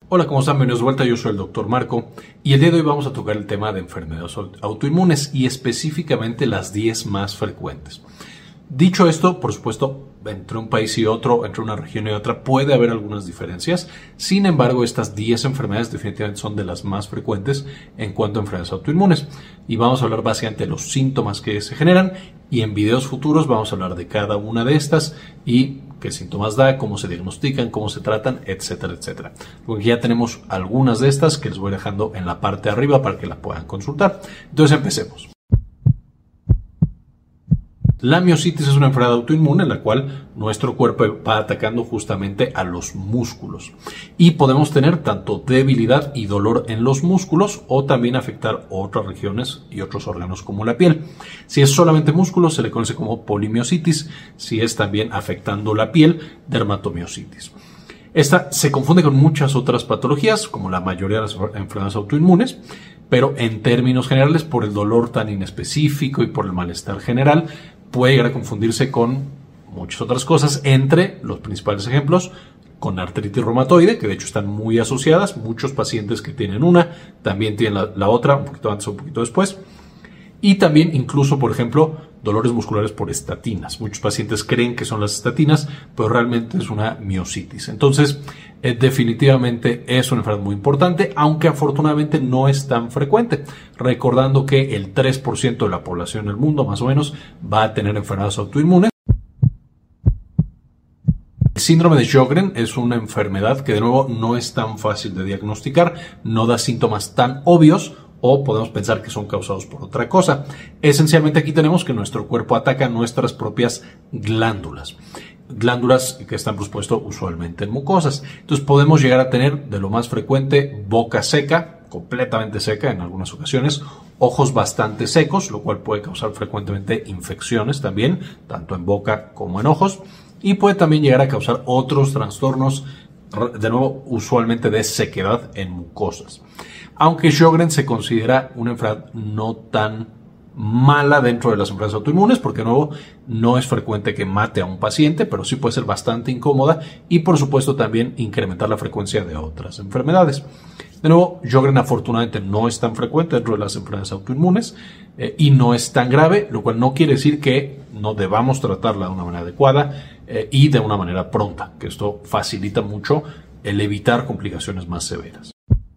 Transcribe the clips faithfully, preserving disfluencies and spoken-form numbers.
Hola, ¿cómo están? Bienvenidos de vuelta, yo soy el doctor Marco y el día de hoy vamos a tocar el tema de enfermedades autoinmunes y específicamente las diez más frecuentes. Dicho esto, por supuesto, entre un país y otro, entre una región y otra, puede haber algunas diferencias. Sin embargo, estas diez enfermedades definitivamente son de las más frecuentes en cuanto a enfermedades autoinmunes. Y vamos a hablar básicamente de los síntomas que se generan y en videos futuros vamos a hablar de cada una de estas y qué síntomas da, cómo se diagnostican, cómo se tratan, etcétera, etcétera. Porque ya tenemos algunas de estas que les voy dejando en la parte de arriba para que la puedan consultar. Entonces empecemos. La miositis es una enfermedad autoinmune en la cual nuestro cuerpo va atacando justamente a los músculos y podemos tener tanto debilidad y dolor en los músculos o también afectar otras regiones y otros órganos como la piel. Si es solamente músculos se le conoce como polimiositis, si es también afectando la piel, dermatomiositis. Esta se confunde con muchas otras patologías como la mayoría de las enfermedades autoinmunes, pero en términos generales por el dolor tan inespecífico y por el malestar general puede llegar a confundirse con muchas otras cosas, entre los principales ejemplos con artritis reumatoide, que de hecho están muy asociadas. Muchos pacientes que tienen una también tienen la, la otra, un poquito antes o un poquito después. Y también incluso, por ejemplo, dolores musculares por estatinas. Muchos pacientes creen que son las estatinas, pero realmente es una miositis. Entonces, eh, definitivamente es una enfermedad muy importante, aunque afortunadamente no es tan frecuente. Recordando que el tres por ciento de la población del mundo, más o menos, va a tener enfermedades autoinmunes. El síndrome de Sjögren es una enfermedad que, de nuevo, no es tan fácil de diagnosticar, no da síntomas tan obvios, o podemos pensar que son causados por otra cosa. Esencialmente aquí tenemos que nuestro cuerpo ataca nuestras propias glándulas. Glándulas que están, por supuesto, usualmente en mucosas. Entonces podemos llegar a tener, de lo más frecuente, boca seca, completamente seca en algunas ocasiones, ojos bastante secos, lo cual puede causar frecuentemente infecciones también, tanto en boca como en ojos, y puede también llegar a causar otros trastornos, de nuevo, usualmente de sequedad en mucosas. Aunque Sjögren se considera una enfermedad no tan mala dentro de las enfermedades autoinmunes, porque de nuevo no es frecuente que mate a un paciente, pero sí puede ser bastante incómoda y por supuesto también incrementar la frecuencia de otras enfermedades. De nuevo, Sjögren afortunadamente no es tan frecuente dentro de las enfermedades autoinmunes eh, y no es tan grave, lo cual no quiere decir que no debamos tratarla de una manera adecuada eh, y de una manera pronta, que esto facilita mucho el evitar complicaciones más severas.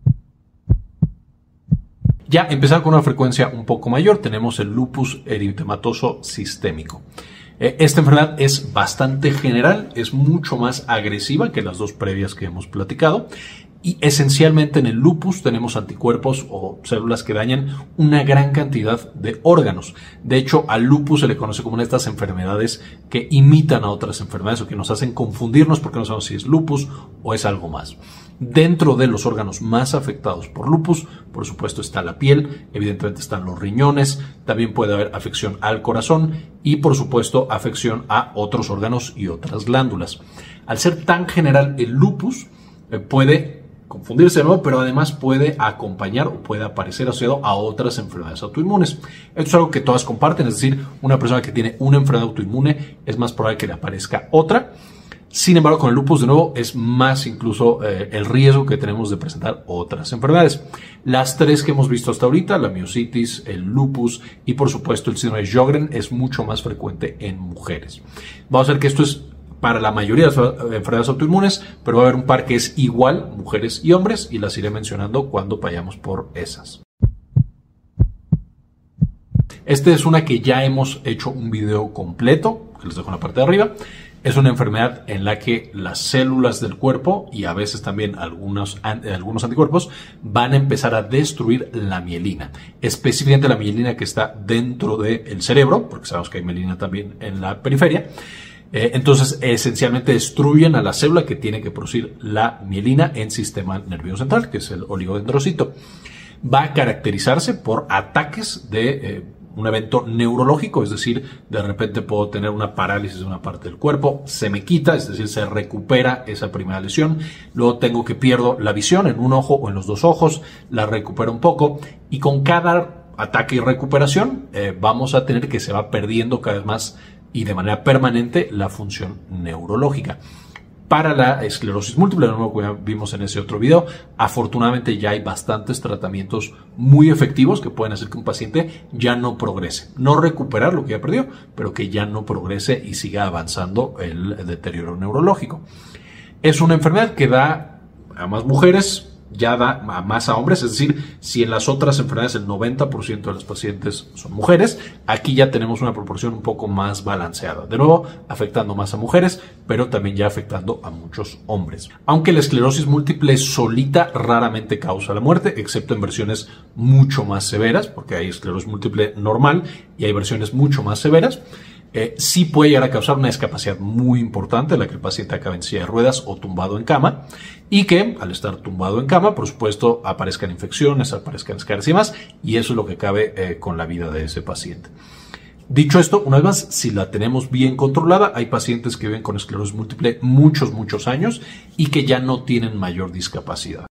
Ya empezando con una frecuencia un poco mayor, tenemos el lupus eritematoso sistémico. Esta enfermedad es bastante general, es mucho más agresiva que las dos previas que hemos platicado. Y esencialmente en el lupus tenemos anticuerpos o células que dañan una gran cantidad de órganos. De hecho, al lupus se le conoce como una de estas enfermedades que imitan a otras enfermedades o que nos hacen confundirnos porque no sabemos si es lupus o es algo más. Dentro de los órganos más afectados por lupus, por supuesto está la piel, evidentemente están los riñones, también puede haber afección al corazón y por supuesto afección a otros órganos y otras glándulas. Al ser tan general el lupus eh, puede confundirse de nuevo, pero además puede acompañar o puede aparecer asociado a otras enfermedades autoinmunes. Esto es algo que todas comparten, es decir, una persona que tiene una enfermedad autoinmune es más probable que le aparezca otra. Sin embargo, con el lupus, de nuevo, es más incluso eh, el riesgo que tenemos de presentar otras enfermedades. Las tres que hemos visto hasta ahorita, la miositis, el lupus y, por supuesto, el síndrome de Sjögren, es mucho más frecuente en mujeres. Vamos a ver que esto es para la mayoría de las enfermedades autoinmunes, pero va a haber un par que es igual, mujeres y hombres, y las iré mencionando cuando vayamos por esas. Esta es una que ya hemos hecho un video completo, que les dejo en la parte de arriba. Es una enfermedad en la que las células del cuerpo y a veces también algunos, algunos anticuerpos van a empezar a destruir la mielina, específicamente la mielina que está dentro del cerebro, porque sabemos que hay mielina también en la periferia. Eh, entonces, esencialmente destruyen a la célula que tiene que producir la mielina en sistema nervioso central, que es el oligodendrocito. Va a caracterizarse por ataques de eh, un evento neurológico, es decir, de repente puedo tener una parálisis de una parte del cuerpo, se me quita, es decir, se recupera esa primera lesión, luego tengo que pierdo la visión en un ojo o en los dos ojos, la recupero un poco y con cada ataque y recuperación eh, vamos a tener que se va perdiendo cada vez más y de manera permanente la función neurológica. Para la esclerosis múltiple, de nuevo, como vimos en ese otro video, afortunadamente ya hay bastantes tratamientos muy efectivos que pueden hacer que un paciente ya no progrese. No recuperar lo que ya perdió, pero que ya no progrese y siga avanzando el deterioro neurológico. Es una enfermedad que da a más mujeres, ya da a más a hombres, es decir, si en las otras enfermedades el noventa por ciento de los pacientes son mujeres, aquí ya tenemos una proporción un poco más balanceada. De nuevo, afectando más a mujeres, pero también ya afectando a muchos hombres. Aunque la esclerosis múltiple solita raramente causa la muerte, excepto en versiones mucho más severas, porque hay esclerosis múltiple normal y hay versiones mucho más severas. Eh, sí puede llegar a causar una discapacidad muy importante, en la que el paciente acabe en silla de ruedas o tumbado en cama, y que al estar tumbado en cama, por supuesto, aparezcan infecciones, aparezcan escaras y demás, y eso es lo que cabe eh, con la vida de ese paciente. Dicho esto, una vez más, si la tenemos bien controlada, hay pacientes que viven con esclerosis múltiple muchos, muchos años y que ya no tienen mayor discapacidad.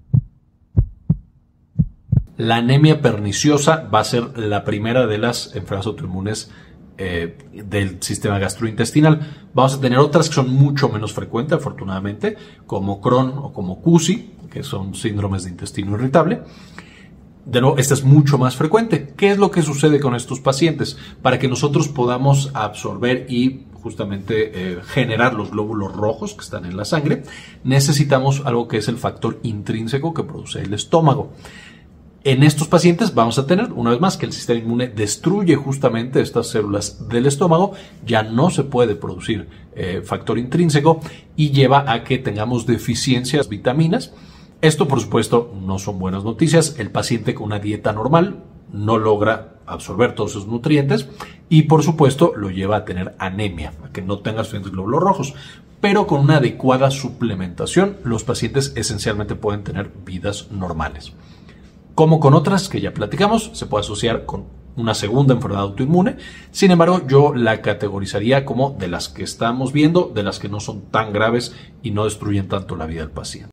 La anemia perniciosa va a ser la primera de las enfermedades autoinmunes Eh, del sistema gastrointestinal. Vamos a tener otras que son mucho menos frecuentes, afortunadamente, como Crohn o como C U S I, que son síndromes de intestino irritable. De nuevo, esta es mucho más frecuente. ¿Qué es lo que sucede con estos pacientes? Para que nosotros podamos absorber y justamente eh, generar los glóbulos rojos que están en la sangre, necesitamos algo que es el factor intrínseco que produce el estómago. En estos pacientes vamos a tener, una vez más, que el sistema inmune destruye justamente estas células del estómago, ya no se puede producir eh, factor intrínseco y lleva a que tengamos deficiencias de vitaminas. Esto, por supuesto, no son buenas noticias. El paciente con una dieta normal no logra absorber todos esos nutrientes y, por supuesto, lo lleva a tener anemia, a que no tenga suficientes glóbulos rojos. Pero con una adecuada suplementación, los pacientes esencialmente pueden tener vidas normales. Como con otras que ya platicamos, se puede asociar con una segunda enfermedad autoinmune. Sin embargo, yo la categorizaría como de las que estamos viendo, de las que no son tan graves y no destruyen tanto la vida del paciente.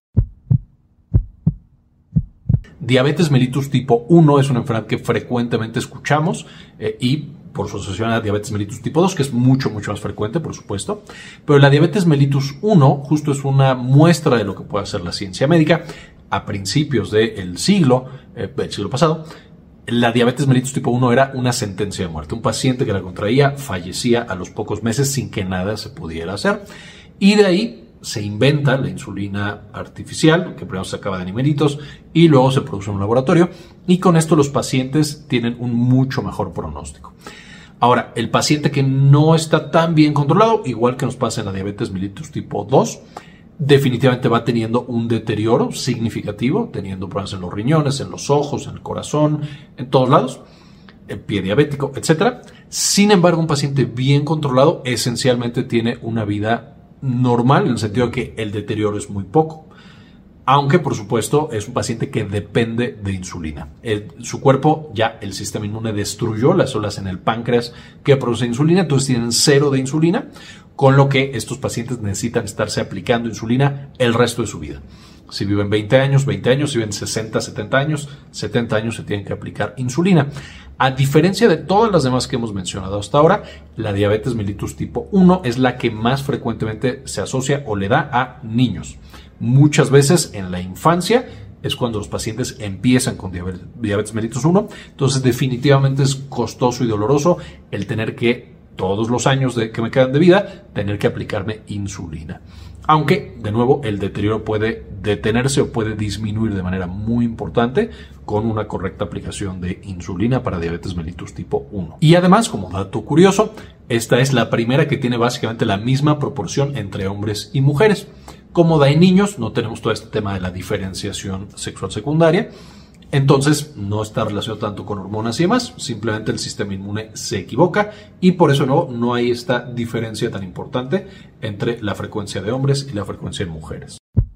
Diabetes mellitus tipo uno es una enfermedad que frecuentemente escuchamos eh, y por su asociación a diabetes mellitus tipo dos, que es mucho, mucho más frecuente, por supuesto. Pero la diabetes mellitus uno justo es una muestra de lo que puede hacer la ciencia médica. A principios del siglo, eh, del siglo pasado, la diabetes mellitus tipo uno era una sentencia de muerte. Un paciente que la contraía fallecía a los pocos meses sin que nada se pudiera hacer. Y de ahí se inventa la insulina artificial, que primero se sacaba de animalitos y luego se produce en un laboratorio. Y con esto los pacientes tienen un mucho mejor pronóstico. Ahora, el paciente que no está tan bien controlado, igual que nos pasa en la diabetes mellitus tipo dos, definitivamente va teniendo un deterioro significativo, teniendo problemas en los riñones, en los ojos, en el corazón, en todos lados, el pie diabético, etcétera. Sin embargo, un paciente bien controlado esencialmente tiene una vida normal, en el sentido de que el deterioro es muy poco. Aunque, por supuesto, es un paciente que depende de insulina. El, su cuerpo, ya el sistema inmune destruyó las células en el páncreas que producen insulina, entonces tienen cero de insulina, con lo que estos pacientes necesitan estarse aplicando insulina el resto de su vida. Si viven veinte años, veinte años, si viven sesenta, setenta años, setenta años se tienen que aplicar insulina. A diferencia de todas las demás que hemos mencionado hasta ahora, la diabetes mellitus tipo uno es la que más frecuentemente se asocia o le da a niños. Muchas veces en la infancia es cuando los pacientes empiezan con diabetes mellitus uno, entonces definitivamente es costoso y doloroso el tener que, todos los años de, que me quedan de vida, tener que aplicarme insulina. Aunque, de nuevo, el deterioro puede detenerse o puede disminuir de manera muy importante con una correcta aplicación de insulina para diabetes mellitus tipo uno. Y además, como dato curioso, esta es la primera que tiene básicamente la misma proporción entre hombres y mujeres. Como da en niños, no tenemos todo este tema de la diferenciación sexual secundaria, entonces no está relacionado tanto con hormonas y demás, simplemente el sistema inmune se equivoca y por eso no, no hay esta diferencia tan importante entre la frecuencia de hombres y la frecuencia de mujeres.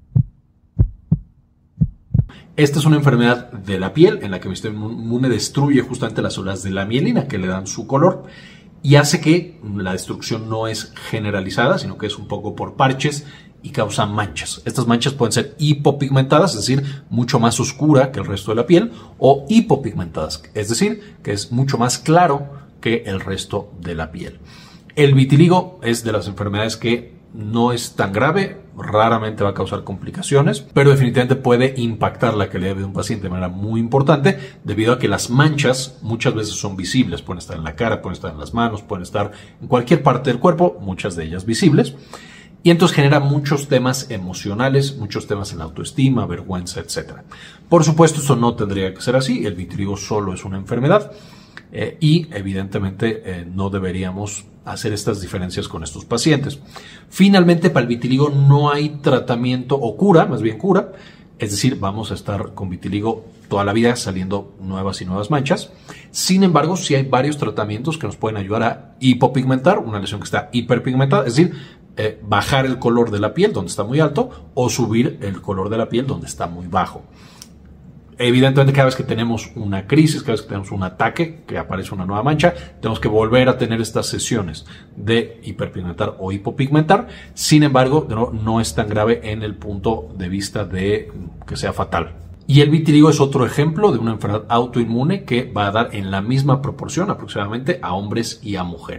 Esta es una enfermedad de la piel en la que el sistema inmune destruye justamente las células de la mielina que le dan su color y hace que la destrucción no es generalizada, sino que es un poco por parches y causa manchas. Estas manchas pueden ser hipopigmentadas, es decir, mucho más oscura que el resto de la piel, o hipopigmentadas, es decir, que es mucho más claro que el resto de la piel. El vitiligo es de las enfermedades que no es tan grave, raramente va a causar complicaciones, pero definitivamente puede impactar la calidad de vida de un paciente de manera muy importante, debido a que las manchas muchas veces son visibles, pueden estar en la cara, pueden estar en las manos, pueden estar en cualquier parte del cuerpo, muchas de ellas visibles. Y entonces genera muchos temas emocionales, muchos temas en la autoestima, vergüenza, etcétera. Por supuesto, esto no tendría que ser así. El vitiligo solo es una enfermedad eh, y evidentemente eh, no deberíamos hacer estas diferencias con estos pacientes. Finalmente, para el vitiligo no hay tratamiento o cura, más bien cura. Es decir, vamos a estar con vitiligo toda la vida saliendo nuevas y nuevas manchas. Sin embargo, sí hay varios tratamientos que nos pueden ayudar a hipopigmentar, una lesión que está hiperpigmentada, es decir, Eh, bajar el color de la piel donde está muy alto o subir el color de la piel donde está muy bajo. Evidentemente, cada vez que tenemos una crisis, cada vez que tenemos un ataque, que aparece una nueva mancha, tenemos que volver a tener estas sesiones de hiperpigmentar o hipopigmentar. Sin embargo, no, no es tan grave en el punto de vista de que sea fatal. Y el vitiligo es otro ejemplo de una enfermedad autoinmune que va a dar en la misma proporción aproximadamente a hombres y a mujeres.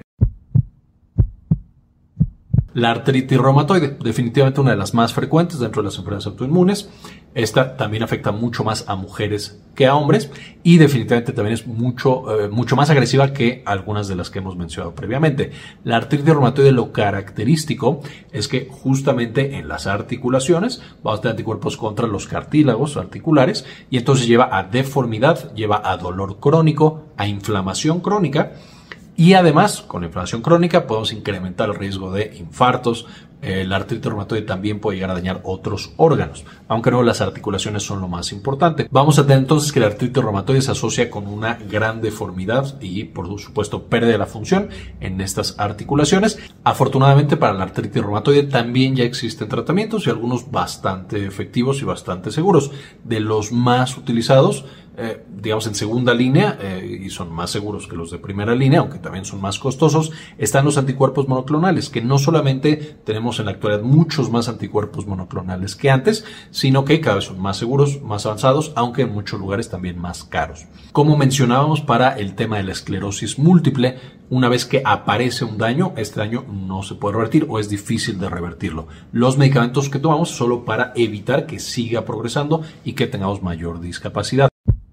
La artritis reumatoide, definitivamente una de las más frecuentes dentro de las enfermedades autoinmunes. Esta también afecta mucho más a mujeres que a hombres y definitivamente también es mucho, eh, mucho más agresiva que algunas de las que hemos mencionado previamente. La artritis reumatoide, lo característico es que justamente en las articulaciones vamos a tener anticuerpos contra los cartílagos articulares y entonces lleva a deformidad, lleva a dolor crónico, a inflamación crónica. Y además, con la inflamación crónica podemos incrementar el riesgo de infartos. Eh, la artritis reumatoide también puede llegar a dañar otros órganos, aunque no, las articulaciones son lo más importante. Vamos a tener entonces que la artritis reumatoide se asocia con una gran deformidad y, por supuesto, pérdida de la función en estas articulaciones. Afortunadamente, para la artritis reumatoide también ya existen tratamientos y algunos bastante efectivos y bastante seguros. De los más utilizados, Eh, digamos en segunda línea, eh, y son más seguros que los de primera línea, aunque también son más costosos, están los anticuerpos monoclonales, que no solamente tenemos en la actualidad muchos más anticuerpos monoclonales que antes, sino que cada vez son más seguros, más avanzados, aunque en muchos lugares también más caros. Como mencionábamos, para el tema de la esclerosis múltiple, una vez que aparece un daño, este daño no se puede revertir o es difícil de revertirlo. Los medicamentos que tomamos solo para evitar que siga progresando y que tengamos mayor discapacidad.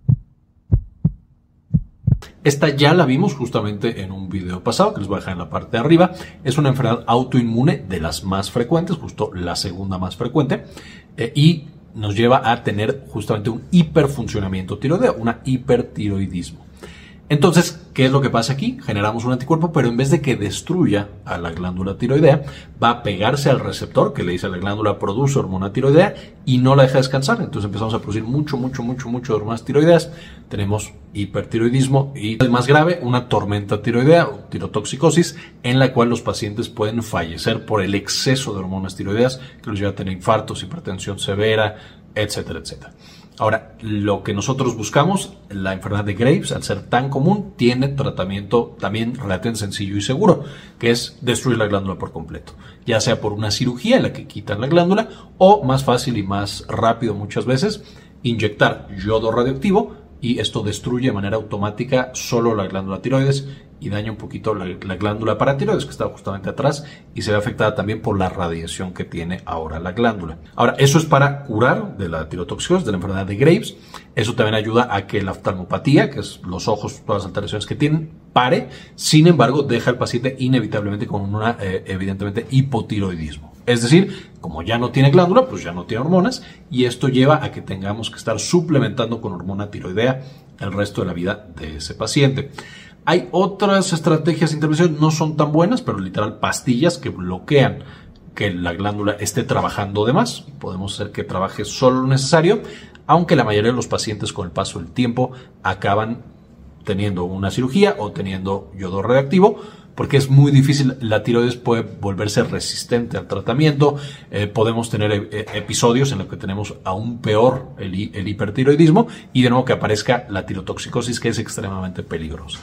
Esta ya la vimos justamente en un video pasado, que les voy a dejar en la parte de arriba. Es una enfermedad autoinmune de las más frecuentes, justo la segunda más frecuente, eh, y nos lleva a tener justamente un hiperfuncionamiento tiroideo, un hipertiroidismo. Entonces, ¿qué es lo que pasa aquí? Generamos un anticuerpo, pero en vez de que destruya a la glándula tiroidea, va a pegarse al receptor que le dice a la glándula produce hormona tiroidea y no la deja descansar. Entonces empezamos a producir mucho, mucho, mucho, mucho hormonas tiroideas. Tenemos hipertiroidismo y, el más grave, una tormenta tiroidea o tirotoxicosis, en la cual los pacientes pueden fallecer por el exceso de hormonas tiroideas que los lleva a tener infartos, hipertensión severa, etcétera, etcétera. Ahora, lo que nosotros buscamos, la enfermedad de Graves, al ser tan común, tiene tratamiento también relativamente sencillo y seguro, que es destruir la glándula por completo, ya sea por una cirugía en la que quitan la glándula o, más fácil y más rápido muchas veces, inyectar yodo radioactivo, y esto destruye de manera automática solo la glándula tiroides y daña un poquito la, la glándula paratiroides, que está justamente atrás, y se ve afectada también por la radiación que tiene ahora la glándula. Ahora, eso es para curar de la tirotoxicosis, de la enfermedad de Graves. Eso también ayuda a que la oftalmopatía, que es los ojos, todas las alteraciones que tienen, pare. Sin embargo, deja al paciente inevitablemente con una, eh, evidentemente, hipotiroidismo. Es decir, como ya no tiene glándula, pues ya no tiene hormonas, y esto lleva a que tengamos que estar suplementando con hormona tiroidea el resto de la vida de ese paciente. Hay otras estrategias de intervención, no son tan buenas, pero literal pastillas que bloquean que la glándula esté trabajando de más. Podemos hacer que trabaje solo lo necesario, aunque la mayoría de los pacientes con el paso del tiempo acaban teniendo una cirugía o teniendo yodo radioactivo, porque es muy difícil. La tiroides puede volverse resistente al tratamiento. Eh, podemos tener eh, episodios en los que tenemos aún peor el, el hipertiroidismo y de nuevo que aparezca la tirotoxicosis, que es extremadamente peligrosa.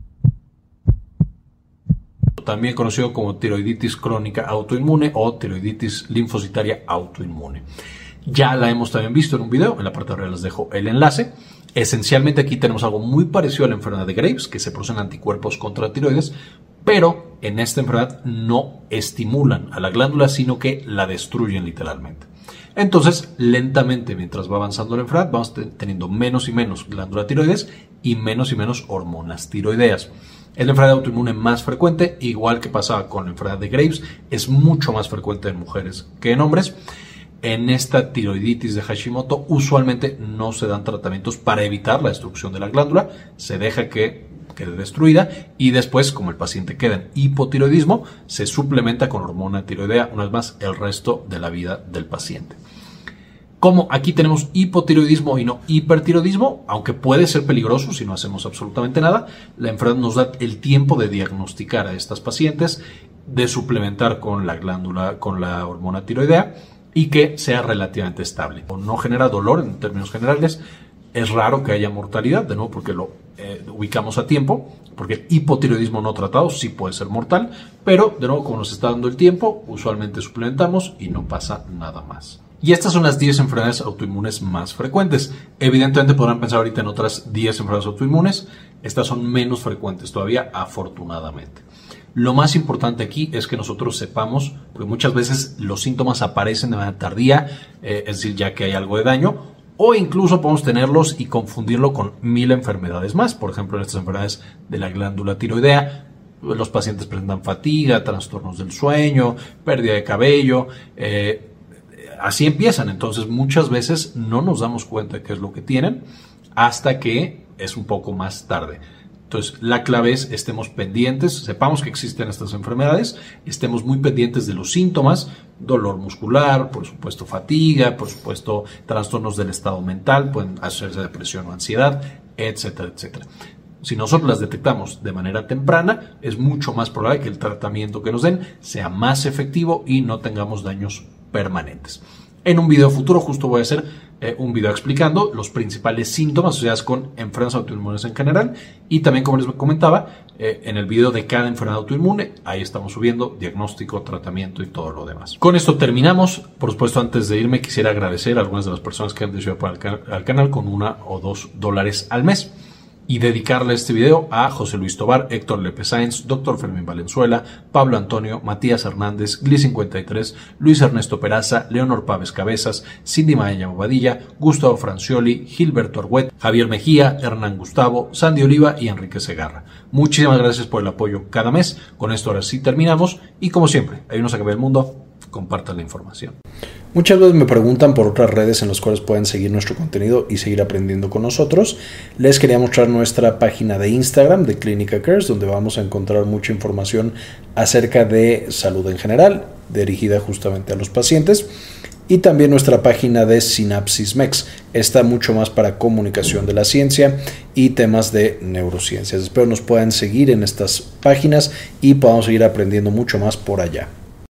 También conocido como tiroiditis crónica autoinmune o tiroiditis linfocitaria autoinmune. Ya la hemos también visto en un video, en la parte de arriba les dejo el enlace. Esencialmente aquí tenemos algo muy parecido a la enfermedad de Graves, que se producen anticuerpos contra tiroides, pero en esta enfermedad no estimulan a la glándula, sino que la destruyen literalmente. Entonces, lentamente, mientras va avanzando la enfermedad, vamos teniendo menos y menos glándula tiroides y menos y menos hormonas tiroideas. Es la enfermedad autoinmune más frecuente, igual que pasaba con la enfermedad de Graves, es mucho más frecuente en mujeres que en hombres. En esta tiroiditis de Hashimoto usualmente no se dan tratamientos para evitar la destrucción de la glándula, se deja que quede destruida y después, como el paciente queda en hipotiroidismo, se suplementa con hormona tiroidea una vez más el resto de la vida del paciente. Como aquí tenemos hipotiroidismo y no hipertiroidismo, aunque puede ser peligroso si no hacemos absolutamente nada, la enfermedad nos da el tiempo de diagnosticar a estas pacientes, de suplementar con la glándula, con la hormona tiroidea, y que sea relativamente estable. No genera dolor en términos generales. Es raro que haya mortalidad, de nuevo porque lo eh, ubicamos a tiempo, porque el hipotiroidismo no tratado sí puede ser mortal, pero de nuevo como nos está dando el tiempo, usualmente suplementamos y no pasa nada más. Y estas son las diez enfermedades autoinmunes más frecuentes. Evidentemente podrán pensar ahorita en otras diez enfermedades autoinmunes. Estas son menos frecuentes todavía, afortunadamente. Lo más importante aquí es que nosotros sepamos, porque muchas veces los síntomas aparecen de manera tardía, eh, es decir, ya que hay algo de daño, o incluso podemos tenerlos y confundirlo con mil enfermedades más. Por ejemplo, en estas enfermedades de la glándula tiroidea, los pacientes presentan fatiga, trastornos del sueño, pérdida de cabello, eh, así empiezan. Entonces, muchas veces no nos damos cuenta de qué es lo que tienen hasta que es un poco más tarde. Entonces, la clave es estemos pendientes, sepamos que existen estas enfermedades, estemos muy pendientes de los síntomas, dolor muscular, por supuesto fatiga, por supuesto trastornos del estado mental, pueden hacerse depresión o ansiedad, etcétera, etcétera. Si nosotros las detectamos de manera temprana, es mucho más probable que el tratamiento que nos den sea más efectivo y no tengamos daños permanentes. En un video futuro justo voy a hacer eh, un video explicando los principales síntomas asociados con enfermedades autoinmunes en general y también, como les comentaba, eh, en el video de cada enfermedad autoinmune, ahí estamos subiendo diagnóstico, tratamiento y todo lo demás. Con esto terminamos. Por supuesto, antes de irme quisiera agradecer a algunas de las personas que han decidido apoyar al, can al canal con una o dos dólares al mes. Y dedicarle este video a José Luis Tobar, Héctor Lepe Sáenz, Doctor Fermín Valenzuela, Pablo Antonio, Matías Hernández, Gli cincuenta y tres, Luis Ernesto Peraza, Leonor Páez Cabezas, Cindy Maella Bobadilla, Gustavo Francioli, Gilberto Argüet, Javier Mejía, Hernán Gustavo, Sandy Oliva y Enrique Segarra. Muchísimas gracias por el apoyo cada mes. Con esto ahora sí terminamos y como siempre, ahí nos acaba el mundo. Compartan la información. Muchas veces me preguntan por otras redes en las cuales pueden seguir nuestro contenido y seguir aprendiendo con nosotros. Les quería mostrar nuestra página de Instagram de Clínica Cares, donde vamos a encontrar mucha información acerca de salud en general, dirigida justamente a los pacientes. Y también nuestra página de Sinapsis Mex. Está mucho más para comunicación de la ciencia y temas de neurociencias. Espero nos puedan seguir en estas páginas y podamos seguir aprendiendo mucho más por allá.